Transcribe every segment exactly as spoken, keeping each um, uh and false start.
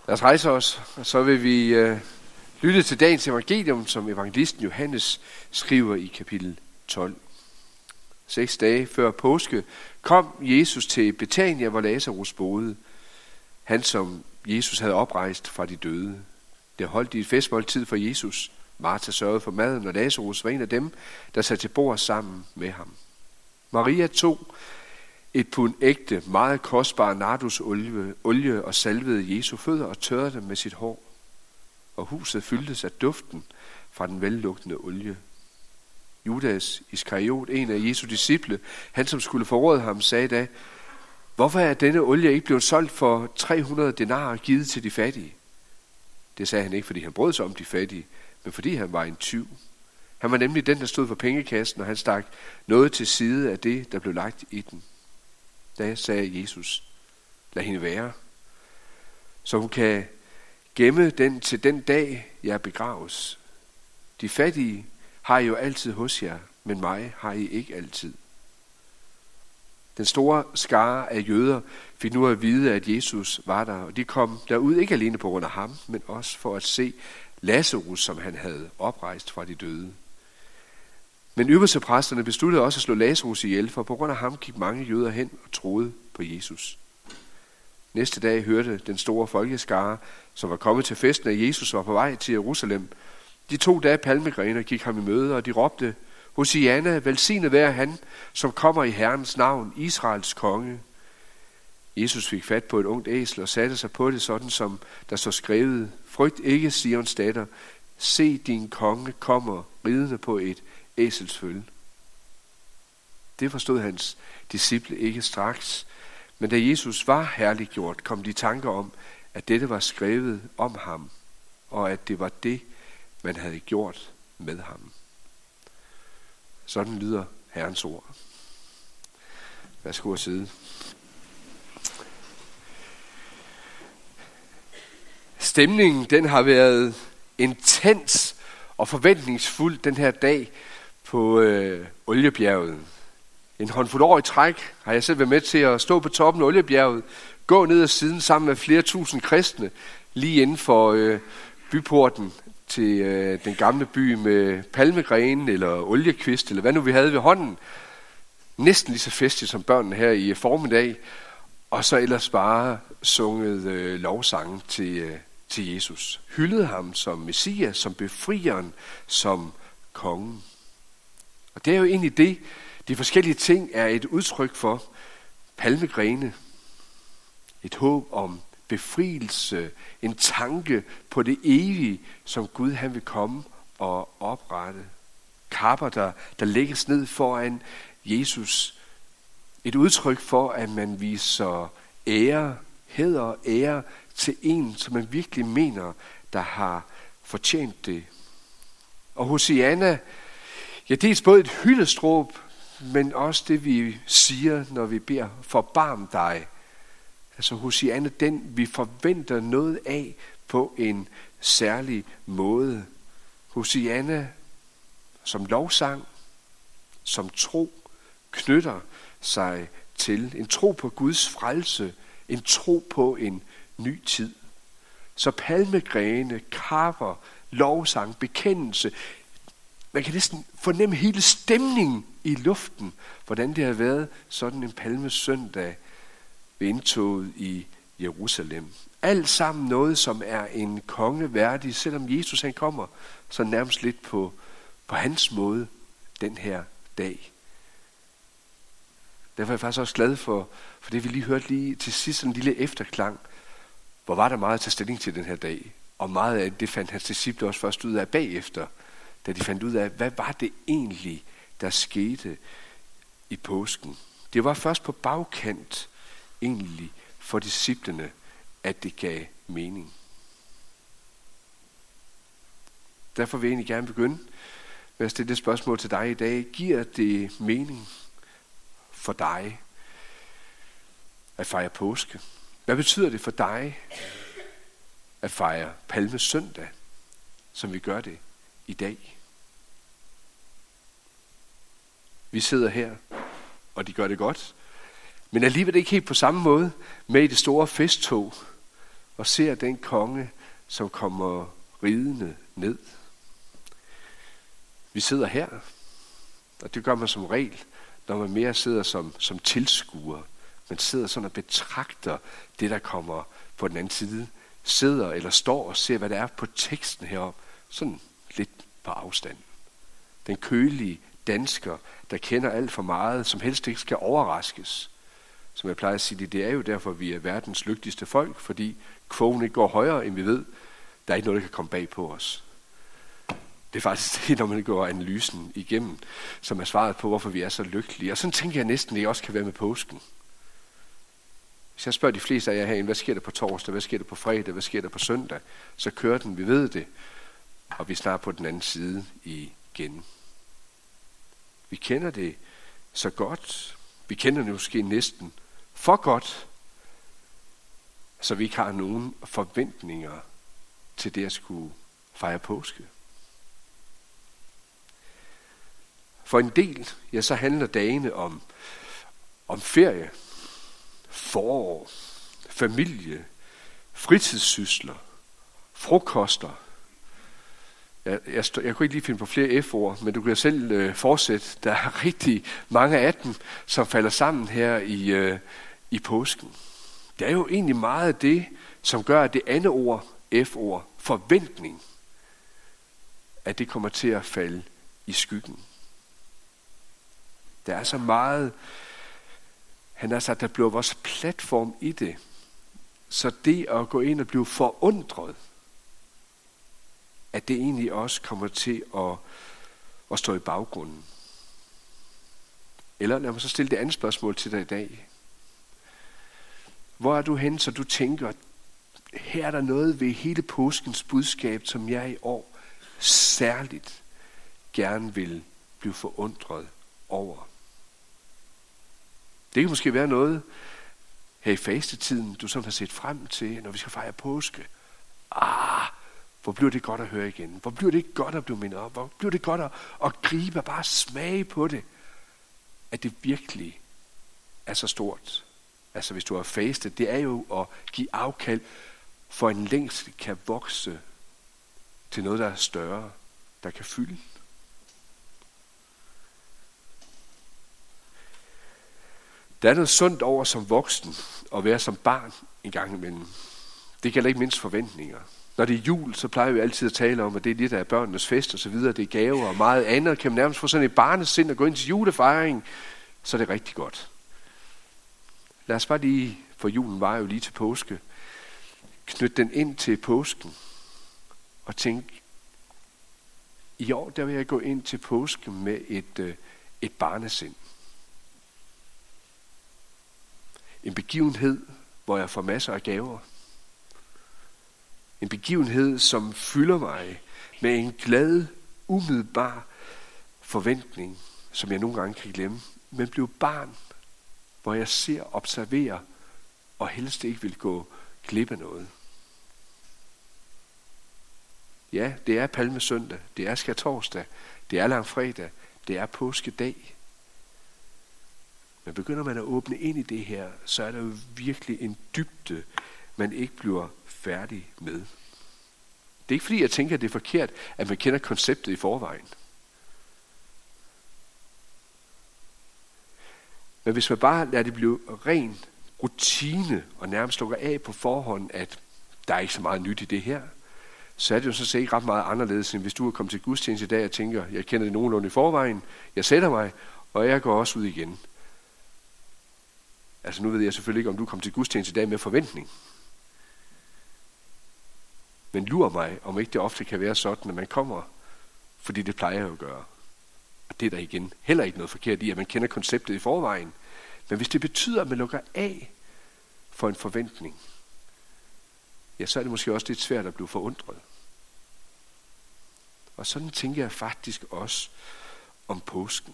Lad os rejse os, og så vil vi øh, lytte til dagens evangelium, som evangelisten Johannes skriver i kapitel tolv. Seks dage før påske kom Jesus til Betania, hvor Lazarus boede. Han, som Jesus havde oprejst fra de døde. Det holdt de et festmåltid for Jesus. Martha sørgede for maden, og Lazarus var en af dem, der satte til bord sammen med ham. Maria tog et pund ægte, meget kostbar nardusolie olie og salvede Jesu fødder og tørrede dem med sit hår. Og huset fyldtes af duften fra den vellugtende olie. Judas Iskariot, en af Jesu disciple, han som skulle forråde ham, sagde da: "Hvorfor er denne olie ikke blevet solgt for tre hundrede denarer givet til de fattige?" Det sagde han ikke, fordi han brød sig om de fattige, men fordi han var en tyv. Han var nemlig den, der stod for pengekassen, og han stak noget til side af det, der blev lagt i den. Da sagde Jesus: "Lad hende være, så hun kan gemme den til den dag, jeg begraves. De fattige har I jo altid hos jer, men mig har I ikke altid." Den store skare af jøder fik nu at vide, at Jesus var der, og de kom derud ikke alene på grund af ham, men også for at se Lazarus, som han havde oprejst fra de døde. Men ypperstepræsterne besluttede også at slå Lazarus ihjel, for på grund af ham gik mange jøder hen og troede på Jesus. Næste dag hørte den store folkeskare, som var kommet til festen, at Jesus var på vej til Jerusalem. De tog da palmegrene og gik ham i møde, og de råbte: "Hosianna, velsignet være han, som kommer i Herrens navn, Israels konge." Jesus fik fat på et ungt æsel og satte sig på det, sådan som der står skrevet: "Frygt ikke, Sions datter, se din konge kommer ridende på et æselsføl." Det forstod hans disciple ikke straks, men da Jesus var herliggjort, kom de tanker om, at dette var skrevet om ham, og at det var det, man havde gjort med ham. Sådan lyder Herrens ord. Værsgo at sidde. Stemningen, den har været intens og forventningsfuld den her dag på øh, Oliebjerget. En håndfuld år i træk har jeg selv været med til at stå på toppen af Oliebjerget, gå ned ad siden sammen med flere tusind kristne, lige inden for øh, byporten til øh, den gamle by med palmegrene eller oliekvist, eller hvad nu vi havde ved hånden. Næsten lige så festligt som børnene her i formiddag, og så ellers bare sunget øh, lovsange til, øh, til Jesus. Hyldede ham som Messias, som befrieren, som kongen. Og det er jo egentlig det, de forskellige ting er et udtryk for. Palmegrene, et håb om befrielse, en tanke på det evige, som Gud han vil komme og oprette. Kapper, der, der lægges ned foran Jesus. Et udtryk for, at man viser ære, hæder og ære til en, som man virkelig mener, der har fortjent det. Og Hosianna, ja, det er både et hyldestråb, men også det, vi siger, når vi beder: "Forbarm dig." Altså Hosianna, den vi forventer noget af på en særlig måde. Hosianna som lovsang, som tro, knytter sig til en tro på Guds frelse, en tro på en ny tid. Så palmegrene, kapper, lovsang, bekendelse. Man kan næsten fornemme hele stemningen i luften, hvordan det har været sådan en palmesøndag ved indtoget i Jerusalem. Alt sammen noget, som er en konge værdig, selvom Jesus han kommer så nærmest lidt på, på hans måde den her dag. Derfor er jeg faktisk også glad for, for det, vi lige hørte lige til sidst, en lille efterklang. Hvor var der meget at tage stilling til den her dag. Og meget af det fandt hans disciple også først ud af bagefter, da de fandt ud af, hvad var det egentlig, der skete i påsken. Det var først på bagkant egentlig for disciplene, at det gav mening. Derfor vil jeg egentlig gerne begynde med at stille det spørgsmål til dig i dag. Giver det mening for dig at fejre påske? Hvad betyder det for dig at fejre palmesøndag, som vi gør det i dag? Vi sidder her, og de gør det godt, men alligevel ikke helt på samme måde med i det store festtog. og ser den konge, som kommer ridende ned. Vi sidder her, og det gør man som regel, når man mere sidder som, som tilskuer. Man sidder sådan og betragter det, der kommer på den anden side. Sidder eller står og ser, hvad der er på teksten heroppe. Sådan lidt på afstand. Den kølige dansker, der kender alt for meget, som helst ikke skal overraskes. Som jeg plejer at sige, det er jo derfor, vi er verdens lykkeligste folk, fordi kvogen ikke går højere, end vi ved. Der er ikke noget, der kan komme bag på os. Det er faktisk det, når man går analysen igennem, som er svaret på, hvorfor vi er så lykkelige. Og sådan tænker jeg næsten, at det også kan være med påsken. Hvis jeg spørger de fleste af jer herinde, hvad sker der på torsdag, hvad sker der på fredag, hvad sker der på søndag, så kører den, vi ved det, og vi er snart på den anden side igen. Vi kender det så godt, vi kender det måske næsten for godt, så vi ikke har nogen forventninger til det at skulle fejre påske. For en del, ja, så handler dagene om, om ferie, forår, familie, fritidssysler, frokost'er. Jeg, jeg, stod, jeg kunne ikke lige finde på flere F-ord, men du kan selv øh, fortsætte. Der er rigtig mange af dem, som falder sammen her i, øh, i påsken. Det er jo egentlig meget det, som gør, at det andet ord, F-ord, forventning, at det kommer til at falde i skyggen. Der er så meget, han har sagt, der bliver vores platform i det. Så det at gå ind og blive forundret, at det egentlig også kommer til at, at stå i baggrunden. Eller lad mig så stille det andet spørgsmål til dig i dag. Hvor er du hen, så du tænker, her er der noget ved hele påskens budskab, som jeg i år særligt gerne vil blive forundret over. Det kan måske være noget her i fastetiden, du sådan har set frem til, når vi skal fejre påske. Ah, hvor bliver det godt at høre igen. Hvor bliver det godt at blive mindet op. Hvor bliver det godt at, at gribe og bare smage på det. At det virkelig er så stort. Altså hvis du har fastet, det er jo at give afkald, for en længsel kan vokse til noget, der er større, der kan fylde. Der er noget sundt over som voksen at være som barn en gang imellem. Det gælder ikke mindst forventninger. Når det er jul, så plejer vi altid at tale om, at det er lidt af børnenes fest og så videre. Det er gaver og meget andet. Kan man nærmest få sådan et barnesind og gå ind til julefejring, så er det rigtig godt. Lad os bare lige, for julen var jo lige til påske, knytte den ind til påsken og tænke, i år der vil jeg gå ind til påske med et, et barnesind. En begivenhed, hvor jeg får masser af gaver. En begivenhed, som fylder mig med en glad, umiddelbar forventning, som jeg nogle gange kan glemme. Men blev barn, hvor jeg ser, observerer og helst ikke vil gå glip af noget. Ja, det er palmesøndag, det er skærtorsdag, det er langfredag, det er påskedag. Men begynder man at åbne ind i det her, så er der jo virkelig en dybde, man ikke bliver færdig med. Det er ikke fordi, jeg tænker, at det er forkert, at man kender konceptet i forvejen. Men hvis man bare lader det blive ren rutine, og nærmest lukker af på forhånd, at der er ikke så meget nyt i det her, så er det jo så set ikke ret meget anderledes, end hvis du er kommet til gudstjeneste i dag og tænker, jeg kender det nogenlunde i forvejen, jeg sætter mig, og jeg går også ud igen. Altså nu ved jeg selvfølgelig ikke, om du kom til gudstjeneste i dag med forventning. Men lurer mig, om ikke det ofte kan være sådan, at man kommer, fordi det plejer jeg at gøre. Og det er der igen heller ikke noget forkert i, at man kender konceptet i forvejen. Men hvis det betyder, at man lukker af for en forventning, ja, så er det måske også lidt svært at blive forundret. Og sådan tænker jeg faktisk også om påsken.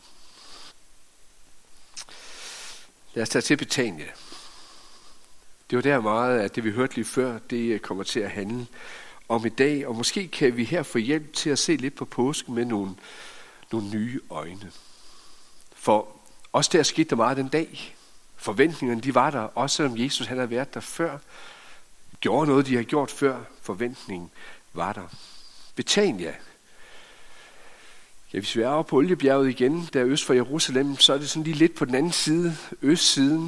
Lad os tage til Betania. Det var der meget, at det vi hørte lige før, det kommer til at handle om i dag. Og måske kan vi her få hjælp til at se lidt på påsken med nogle, nogle nye øjne. For også der skete der meget den dag. Forventningerne, de var der, også selvom Jesus han havde været der før. gjorde noget, de havde gjort før forventningen var der. Betania. Ja, hvis vi er oppe på Oliebjerget igen, der øst for Jerusalem, så er det sådan lige lidt på den anden side, østsiden.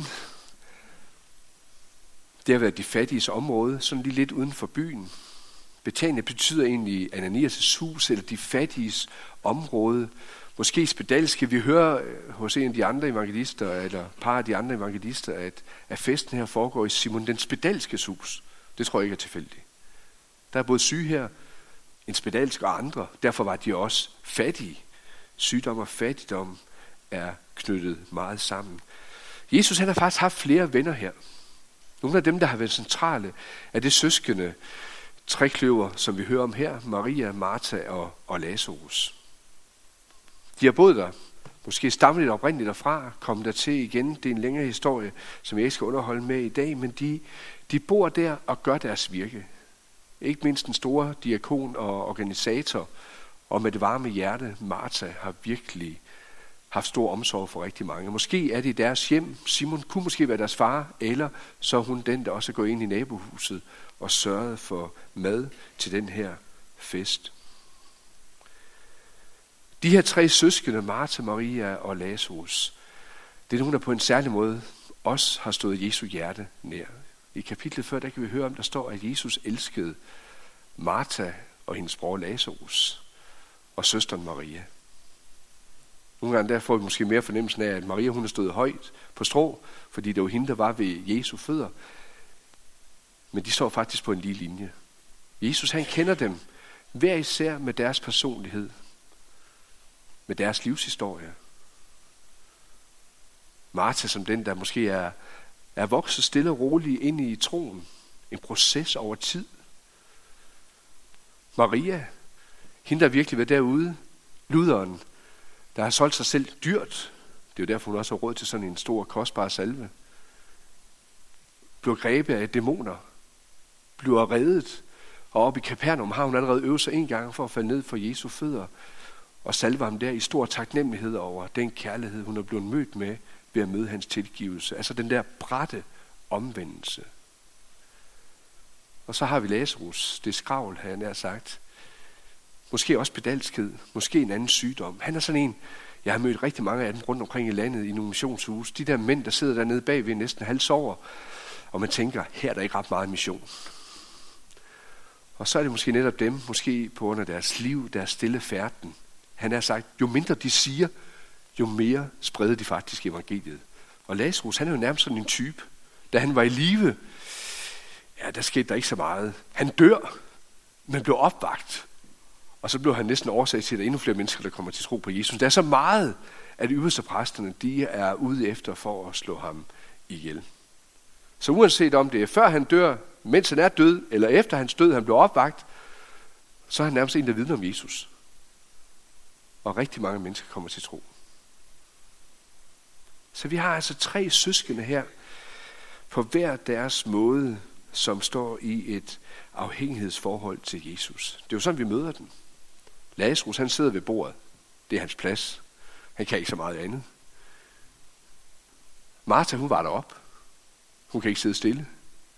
Det har været de fattiges område, sådan lige lidt uden for byen. Betania betyder egentlig Ananias' hus, eller de fattiges område. Måske spedalske. Vi hører hos en af de andre evangelister, eller et par af de andre evangelister, at, at festen her foregår i Simon den spedalskes hus. Det tror jeg ikke er tilfældigt. Der er både syge her, en spedalsk og andre. Derfor var de også fattige. Sygdom og fattigdom er knyttet meget sammen. Jesus han har faktisk haft flere venner her. Nogle af dem, der har været centrale, er det søskende trekløver, som vi hører om her. Maria, Martha og, og Lazarus. De har boet der. Måske stammer lidt oprindeligt derfra, kommet der til igen. Det er en længere historie, som jeg ikke skal underholde med i dag, men de, de bor der og gør deres virke. Ikke mindst den store diakon og organisator, og med det varme hjerte, Martha, har virkelig haft stor omsorg for rigtig mange. Måske er det i deres hjem. Simon kunne måske være deres far, eller så hun den, der også går ind i nabohuset og sørgede for mad til den her fest. De her tre søskende, Martha, Maria og Lazarus, det er nogen, der på en særlig måde også har stået Jesu hjerte nær. I kapitlet før, der kan vi høre om, der står, at Jesus elskede Martha og hendes bror Lazarus og søsteren Maria. Nogle gange der får vi måske mere fornemmelsen af, at Maria hun er stået højt på strå, fordi det var hende, der var ved Jesu fødder. Men de står faktisk på en lige linje. Jesus han kender dem hver især med deres personlighed, med deres livshistorie. Martha som den, der måske er, er vokset stille og roligt ind i troen. En proces over tid. Maria, hende der virkelig var derude, luderen, der har solgt sig selv dyrt. Det er jo derfor, hun også har råd til sådan en stor, kostbar salve. Bliver grebet af dæmoner. Bliver reddet. Og oppe i Kapernaum har hun allerede øvet sig en gang for at falde ned for Jesu fødder. Og salve ham der i stor taknemmelighed over den kærlighed, hun er blevet mødt med ved at møde hans tilgivelse. Altså den der bratte omvendelse. Og så har vi Lazarus, det skravl, har jeg nær sagt. Måske også pedalskhed, måske en anden sygdom. Han er sådan en, jeg har mødt rigtig mange af dem rundt omkring i landet i nogle missionshus. De der mænd, der sidder dernede bagved næsten halvs over, og man tænker, her er der ikke ret meget mission. Og så er det måske netop dem, måske på grund af deres liv, deres stille færden. Han har sagt, jo mindre de siger, jo mere spreder de faktisk evangeliet. Og Lazarus, han er jo nærmest sådan en type. Da han var i live, ja, der skete der ikke så meget. Han dør, men blev opvagt. Og så blev han næsten årsag til, at der er endnu flere mennesker, der kommer til tro på Jesus. Der er så meget, at ypperste præsterne, de er ude efter for at slå ham ihjel. Så uanset om det er før han dør, mens han er død, eller efter hans død, han blev opvagt, så er han nærmest en, der vidner om Jesus. Og rigtig mange mennesker kommer til tro. Så vi har altså tre søskende her, på hver deres måde, som står i et afhængighedsforhold til Jesus. Det er jo sådan, vi møder den. Lazarus, han sidder ved bordet. Det er hans plads. Han kan ikke så meget andet. Martha, hun var deroppe. Hun kan ikke sidde stille.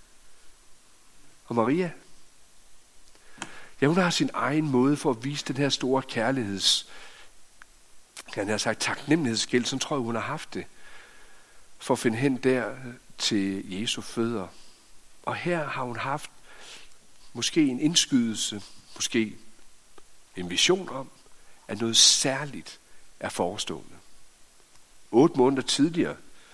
Og Maria, ja, hun har sin egen måde for at vise den her store kærligheds, han har sagt taknemmelighedsgæld, så tror jeg, hun har haft det, for at finde hen der til Jesu fødder. Og her har hun haft måske en indskydelse, måske en vision om, at noget særligt er forestående. Otte måneder tidligere,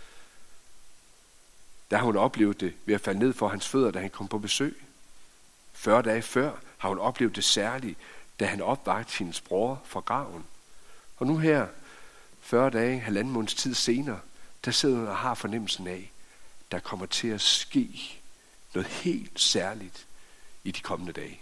der har hun oplevet det ved at falde ned for hans fødder, da han kom på besøg. fyrre dage før har hun oplevet det særligt, da han opvagte hendes bror fra graven. Og nu her, fyrre dage, halvanden måneds tid senere, der sidder hun og har fornemmelsen af, der kommer til at ske noget helt særligt i de kommende dage.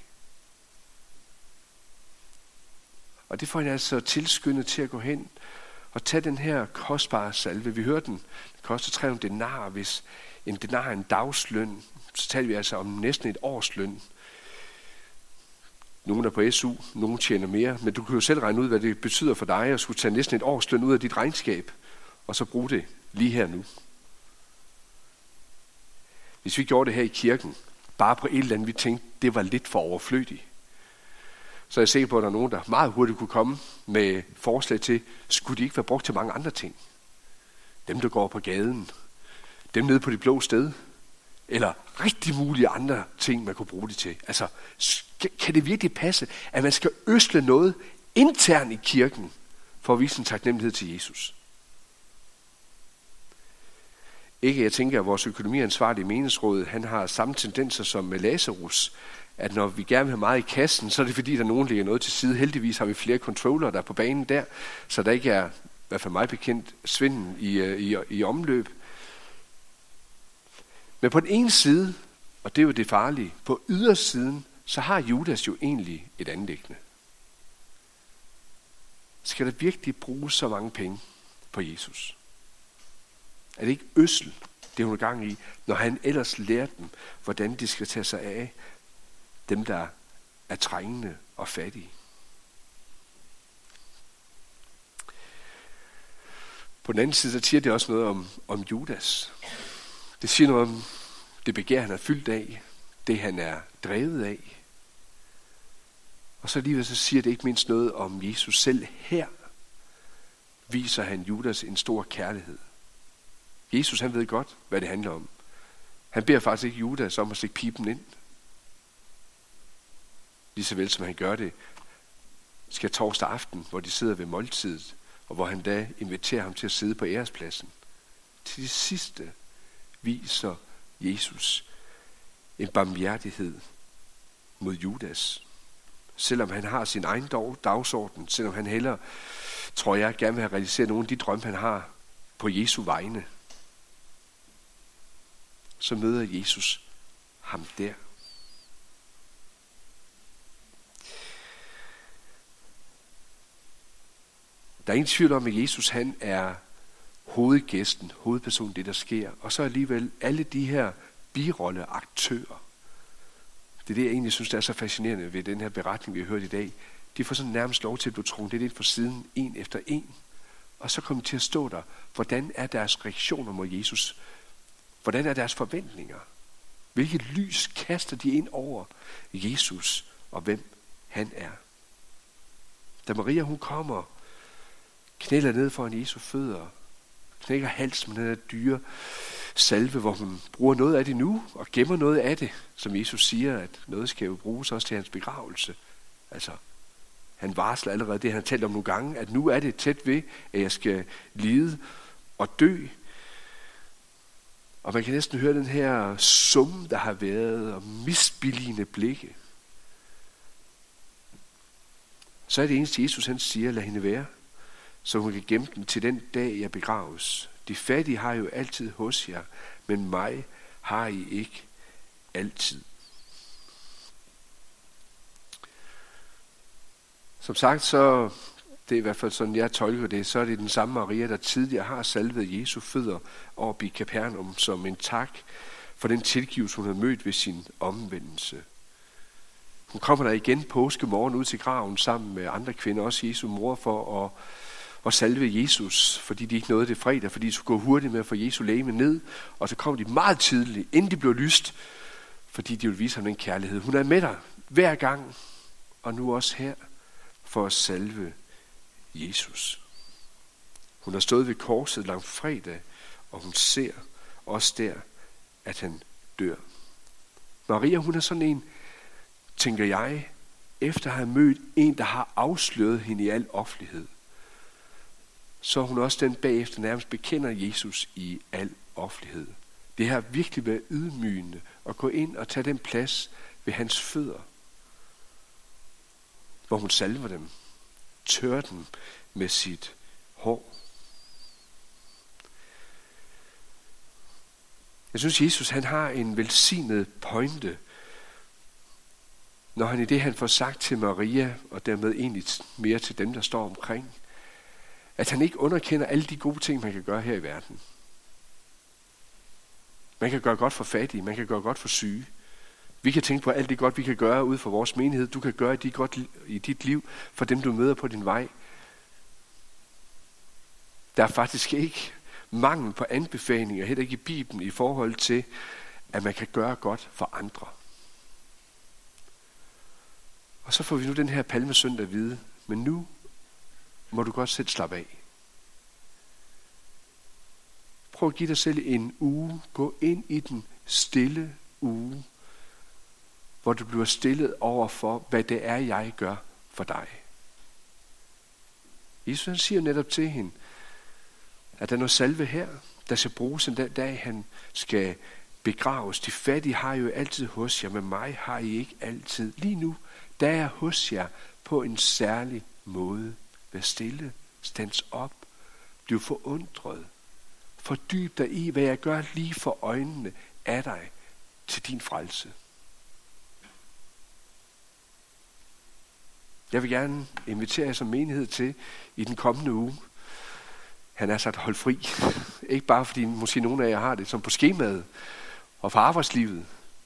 Og det får jeg altså tilskyndet til at gå hen og tage den her kostbare salve. Vi hørte den, det koster tre hundrede denarer. Hvis en denar er en dagsløn, så taler vi altså om næsten et års løn. Nogle er på S U, nogle tjener mere, men du kan jo selv regne ud, hvad det betyder for dig at skulle tage næsten et års løn ud af dit regnskab, og så bruge det lige her nu. Hvis vi gjorde det her i kirken, bare på et eller andet, vi tænkte, det var lidt for overflødigt. Så jeg er sikker på, at der er nogen, der meget hurtigt kunne komme med forslag til, skulle de ikke være brugt til mange andre ting? Dem, der går på gaden. Dem nede på det blå sted. Eller rigtig mulige andre ting, man kunne bruge det til. Altså, kan det virkelig passe, at man skal øsle noget internt i kirken, for at vise en taknemmelighed til Jesus? Ikke, jeg tænker, at vores økonomiansvarlige menighedsråd, han har samme tendenser som med Lazarus, at når vi gerne vil have meget i kassen, så er det fordi, der nogen lægger noget til side. Heldigvis har vi flere controller, der er på banen der, så der ikke er, i hvert fald mig bekendt, svindel i, i, i omløb. Men på den ene side, og det er jo det farlige, på ydersiden, så har Judas jo egentlig et anliggende. Skal der virkelig bruges så mange penge på Jesus? Er det ikke ødsel, det hun er gang i, når han ellers lærer dem, hvordan de skal tage sig af dem, der er trængende og fattige? På den anden side, så siger det også noget om, om Judas. Det siger noget om det begær, han er fyldt af, det han er drevet af. Og så alligevel så siger det ikke mindst noget om Jesus selv. Her viser han Judas en stor kærlighed. Jesus, han ved godt, hvad det handler om. Han beder faktisk ikke Judas om at stikke pipen ind. Lige så vel som han gør det, skal torsdag aften, hvor de sidder ved måltidet, og hvor han da inviterer ham til at sidde på ærespladsen. Til det sidste viser Jesus en barmhjertighed mod Judas. Selvom han har sin egen dagsorden, selvom han hellere, tror jeg, gerne vil have realiseret nogle af de drømme, han har på Jesu vegne, så møder Jesus ham der. Der er ingen tvivl om, at Jesus han er hovedgæsten, hovedpersonen, det der sker. Og så alligevel alle de her birolleaktører. Det er det, jeg egentlig synes, der er så fascinerende ved den her beretning, vi har hørt i dag. De får sådan nærmest lov til at blive trukket lidt ind for siden, en efter en. Og så kommer de til at stå der. Hvordan er deres reaktioner mod Jesus? Hvordan er deres forventninger? Hvilket lys kaster de ind over Jesus og hvem han er? Da Maria hun kommer, knæler ned foran Jesu fødder, knækker halsen med den der dyre salve, hvor hun bruger noget af det nu, og gemmer noget af det, som Jesus siger, at noget skal jo bruges også til hans begravelse. Altså, han varsler allerede det, han har talt om nogle gange, at nu er det tæt ved, at jeg skal lide og dø. Og man kan næsten høre den her sum, der har været, og misbilligende blikke. Så er det eneste, Jesus han siger, lad hende være, så hun kan gemme den til den dag, jeg begraves. De fattige har jo altid hos jer, men mig har I ikke altid. Som sagt, så det er i hvert fald sådan, jeg tolker det, så er det den samme Maria, der tidligere har salvet Jesu fødder op i Kapernaum som en tak for den tilgivelse, hun har mødt ved sin omvendelse. Hun kommer der igen påskemorgen ud til graven sammen med andre kvinder, også Jesu mor, for at, at salve Jesus, fordi de ikke nåede det fredag, fordi de skulle gå hurtigt med at få Jesu legeme ned, og så kommer de meget tidligt, inden de blev lyst, fordi de vil vise ham den kærlighed. Hun er med der hver gang, og nu også her, for at salve Jesus. Hun har stået ved korset langt fredag, og hun ser også der, at han dør. Maria, hun er sådan en, tænker jeg, efter at have mødt en, der har afsløret hende i al offentlighed, så er hun også den bagefter nærmest bekender Jesus i al offentlighed. Det har virkelig været ydmygende at gå ind og tage den plads ved hans fødder, hvor hun salver dem, tørrer dem med sit hår. Jeg synes, Jesus han har en velsignet pointe, når han i det, han får sagt til Maria, og dermed egentlig mere til dem, der står omkring, at han ikke underkender alle de gode ting, man kan gøre her i verden. Man kan gøre godt for fattige, man kan gøre godt for syge. Vi kan tænke på alt det godt, vi kan gøre ud for vores menighed. Du kan gøre det godt i dit liv for dem, du møder på din vej. Der er faktisk ikke mangel på anbefalinger, heller ikke i Bibelen, i forhold til, at man kan gøre godt for andre. Og så får vi nu den her palmesøndag at vide, men nu må du godt selv slappe af. Prøv at give dig selv en uge, gå ind i den stille uge, hvor du bliver stillet over for, hvad det er, jeg gør for dig. Jesus han siger netop til hende, at der er noget salve her, der skal bruges en dag, han skal begraves. De fattige har jo altid hos jer, men mig har I ikke altid. Lige nu, der er jeg hos jer på en særlig måde. Vær stille, stands op, bliv forundret. Fordyb dig i, hvad jeg gør lige for øjnene af dig til din frelse. Jeg vil gerne invitere jer som menighed til i den kommende uge. Han er sagt hold fri. Ikke bare fordi måske nogle af jer har det som på skemaet og for arbejdslivet.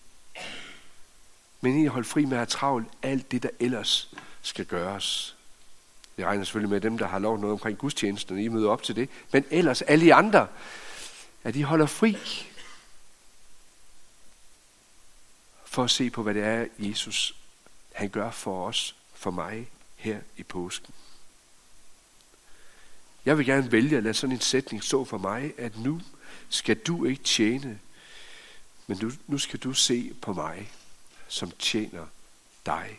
Men I holde fri med at have travlt alt det, der ellers skal gøres. Jeg regner selvfølgelig med dem, der har lov noget omkring gudstjenesten, og I møder op til det. Men ellers alle I andre, at I holder fri for at se på, hvad det er, Jesus han gør for os, for mig her i påsken. Jeg vil gerne vælge at lade sådan en sætning stå for mig, at nu skal du ikke tjene, men nu, nu skal du se på mig, som tjener dig.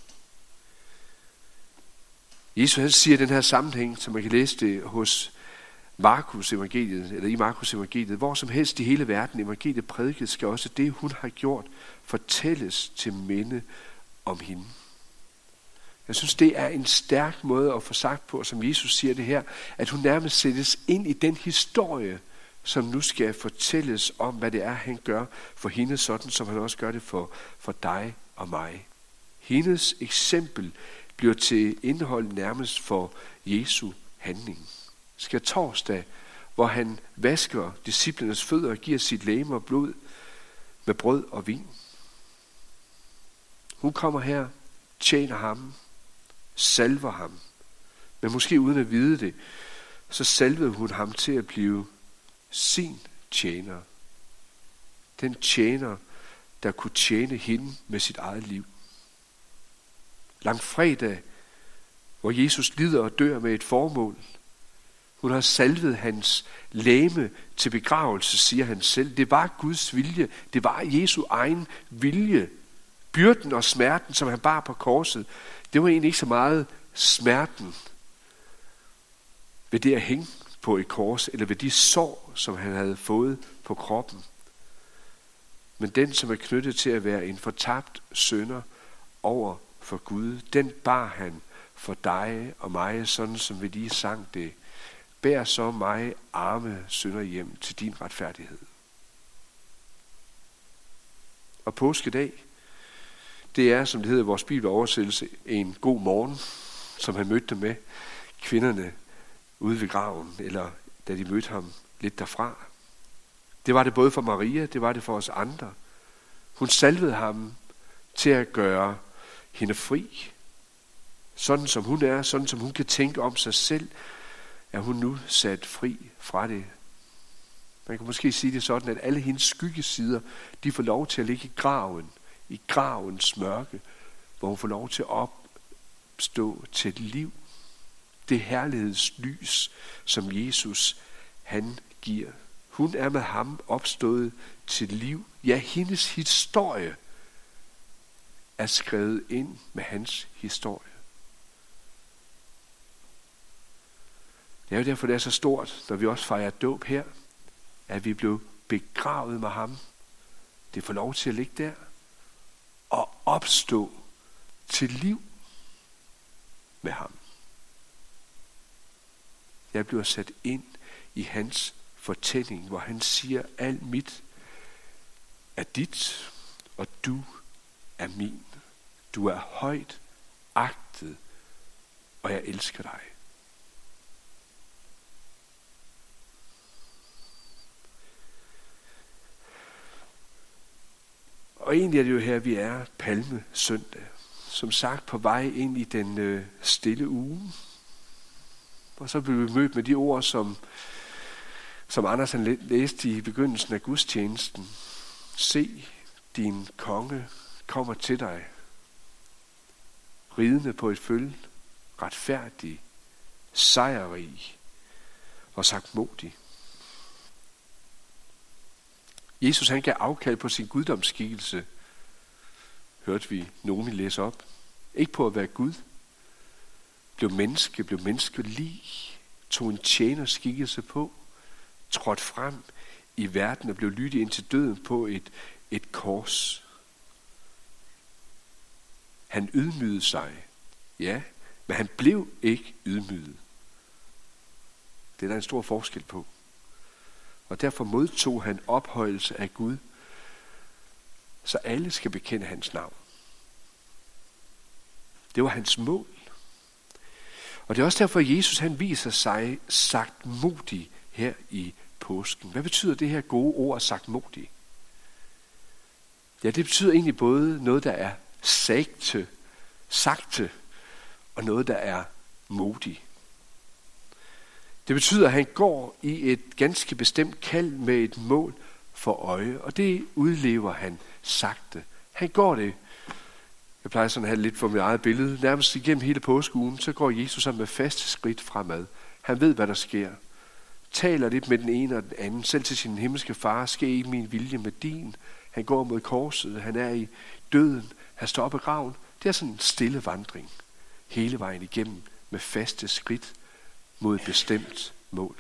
Jesus han siger i den her sammenhæng, som man kan læse det hos Markus evangeliet, eller i Markus evangeliet, hvor som helst i hele verden evangeliet prædiket, skal også det, hun har gjort, fortælles til minde om hende. Jeg synes, det er en stærk måde at få sagt på, som Jesus siger det her, at hun nærmest sættes ind i den historie, som nu skal fortælles om, hvad det er, han gør for hende, sådan som han også gør det for, for dig og mig. Hendes eksempel bliver til indhold nærmest for Jesu handling. Skal torsdag, hvor han vasker disciplernes fødder og giver sit legeme og blod med brød og vin. Hun kommer her, tjener ham, salver ham, men måske uden at vide det, så salvede hun ham til at blive sin tjener. Den tjener, der kunne tjene hende med sit eget liv. Langfredag, hvor Jesus lider og dør med et formål. Hun har salvet hans legeme til begravelse, siger han selv. Det var Guds vilje. Det var Jesu egen vilje. Byrden og smerten, som han bar på korset, det var egentlig ikke så meget smerten ved det at hænge på et kors, eller ved de sår, som han havde fået på kroppen. Men den, som er knyttet til at være en fortabt synder over for Gud, den bar han for dig og mig, sådan som vi lige sang det. Bær så mig arme synder hjem til din retfærdighed. Og påskedag, det er, som det hedder i vores bibeloversættelse, en god morgen, som han mødte med kvinderne ude ved graven, eller da de mødte ham lidt derfra. Det var det både for Maria, det var det for os andre. Hun salvede ham til at gøre hende fri. Sådan som hun er, sådan som hun kan tænke om sig selv, er hun nu sat fri fra det. Man kan måske sige det sådan, at alle hendes skyggesider, de får lov til at ligge i graven, i gravens mørke, hvor hun får lov til at opstå til et liv. Det herlighedslys, som Jesus han giver. Hun er med ham opstået til liv. Ja, hendes historie er skrevet ind med hans historie. Det er jo derfor, det er så stort, når vi også fejrer dåb her, at vi blev begravet med ham. Det får lov til at ligge der og opstå til liv med ham. Jeg bliver sat ind i hans fortælling, hvor han siger, alt mit er dit, og du er min. Du er højt agtet, og jeg elsker dig. Og egentlig er det jo her, vi er palmesøndag. Som sagt på vej ind i den øh, stille uge. Og så blev vi mødt med de ord, som, som Anders han læste i begyndelsen af gudstjenesten. Se, din konge kommer til dig. ridende på et føl, retfærdig, sejrrig og sagtmodig. Jesus han gav afkald på sin guddomsskikkelse, hørte vi nogen læse op. Ikke på at være Gud. Blev menneske, blev menneskelig, tog en tjenerskikkelse på, trådte frem i verden og blev lydig ind til døden på et, et kors. Han ydmygede sig, ja, men han blev ikke ydmyget. Det er der en stor forskel på. Og derfor modtog han ophøjelse af Gud, så alle skal bekende hans navn. Det var hans mål. Og det er også derfor, at Jesus han viser sig sagtmodig her i påsken. Hvad betyder det her gode ord sagtmodig? Ja, det betyder egentlig både noget, der er sagte, sagte, og noget, der er modig. Det betyder, at han går i et ganske bestemt kald med et mål for øje, og det udlever han sagte. Han går det. Jeg plejer sådan at have lidt for mit eget billede. Nærmest igennem hele påskeugen, så går Jesus sammen med faste skridt fremad. Han ved, hvad der sker. Taler lidt med den ene og den anden. Selv til sin himmelske far, sker ikke min vilje med din. Han går mod korset. Han er i døden. Han står op i graven. Det er sådan en stille vandring. Hele vejen igennem med faste skridt mod et bestemt mål.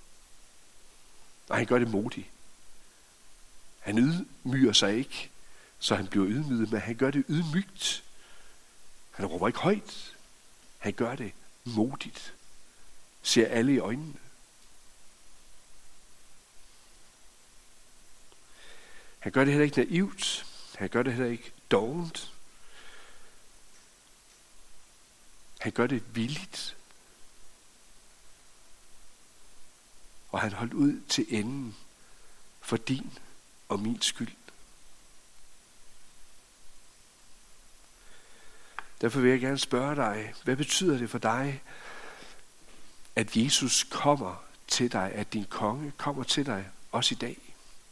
Og han gør det modigt. Han ydmyger sig ikke, så han bliver ydmyget, men han gør det ydmygt. Han råber ikke højt. Han gør det modigt. Ser alle i øjnene. Han gør det heller ikke naivt. Han gør det heller ikke dovent. Han gør det villigt. Og han holdt ud til enden for din og min skyld. Derfor vil jeg gerne spørge dig, hvad betyder det for dig, at Jesus kommer til dig, at din konge kommer til dig også i dag?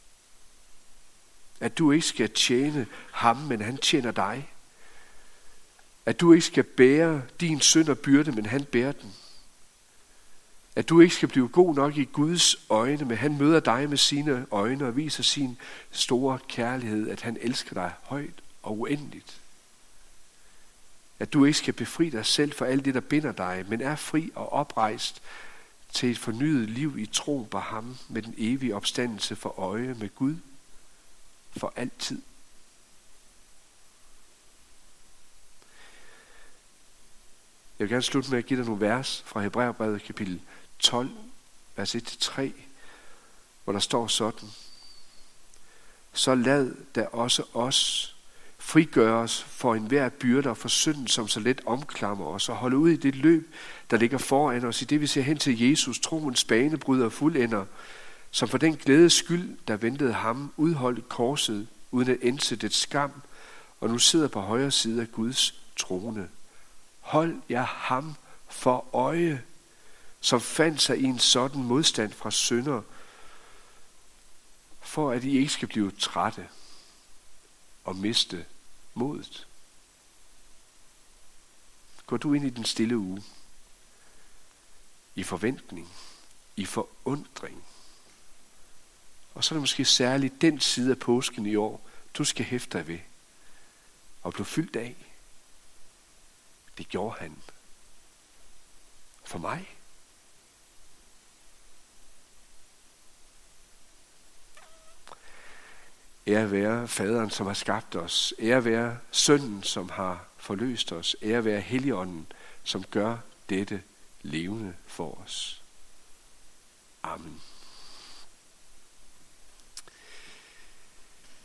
At du ikke skal tjene ham, men han tjener dig. At du ikke skal bære din synd og byrde, men han bærer den. At du ikke skal blive god nok i Guds øjne, men han møder dig med sine øjne og viser sin store kærlighed, at han elsker dig højt og uendeligt. At du ikke skal befri dig selv for alt det, der binder dig, men er fri og oprejst til et fornyet liv i troen på ham med den evige opstandelse for øje med Gud for altid. Jeg vil gerne slutte med at give dig nogle vers fra Hebræerbrevet kapitel tolv, vers et til tre, hvor der står sådan: Så lad da også os frigøres for enhver byrde og for synden, som så let omklamrer os, og holde ud i det løb, der ligger foran os, i det vi ser hen til Jesus, troens banebryder og fuldender, som for den glædes skyld, der ventede ham, udholdt korset, uden at ændse det skam, og nu sidder på højre side af Guds trone. Hold jer ham for øje, som fandt sig i en sådan modstand fra synder, for at I ikke skal blive trætte og miste modet. Går du ind i den stille uge i forventning, i forundring, og så er det måske særligt den side af påsken i år, du skal hæfte dig ved og blive fyldt af. Det gjorde han for mig. Ære være faderen, som har skabt os. Ære være sønnen, som har forløst os. Ære være Helligånden, som gør dette levende for os. Amen.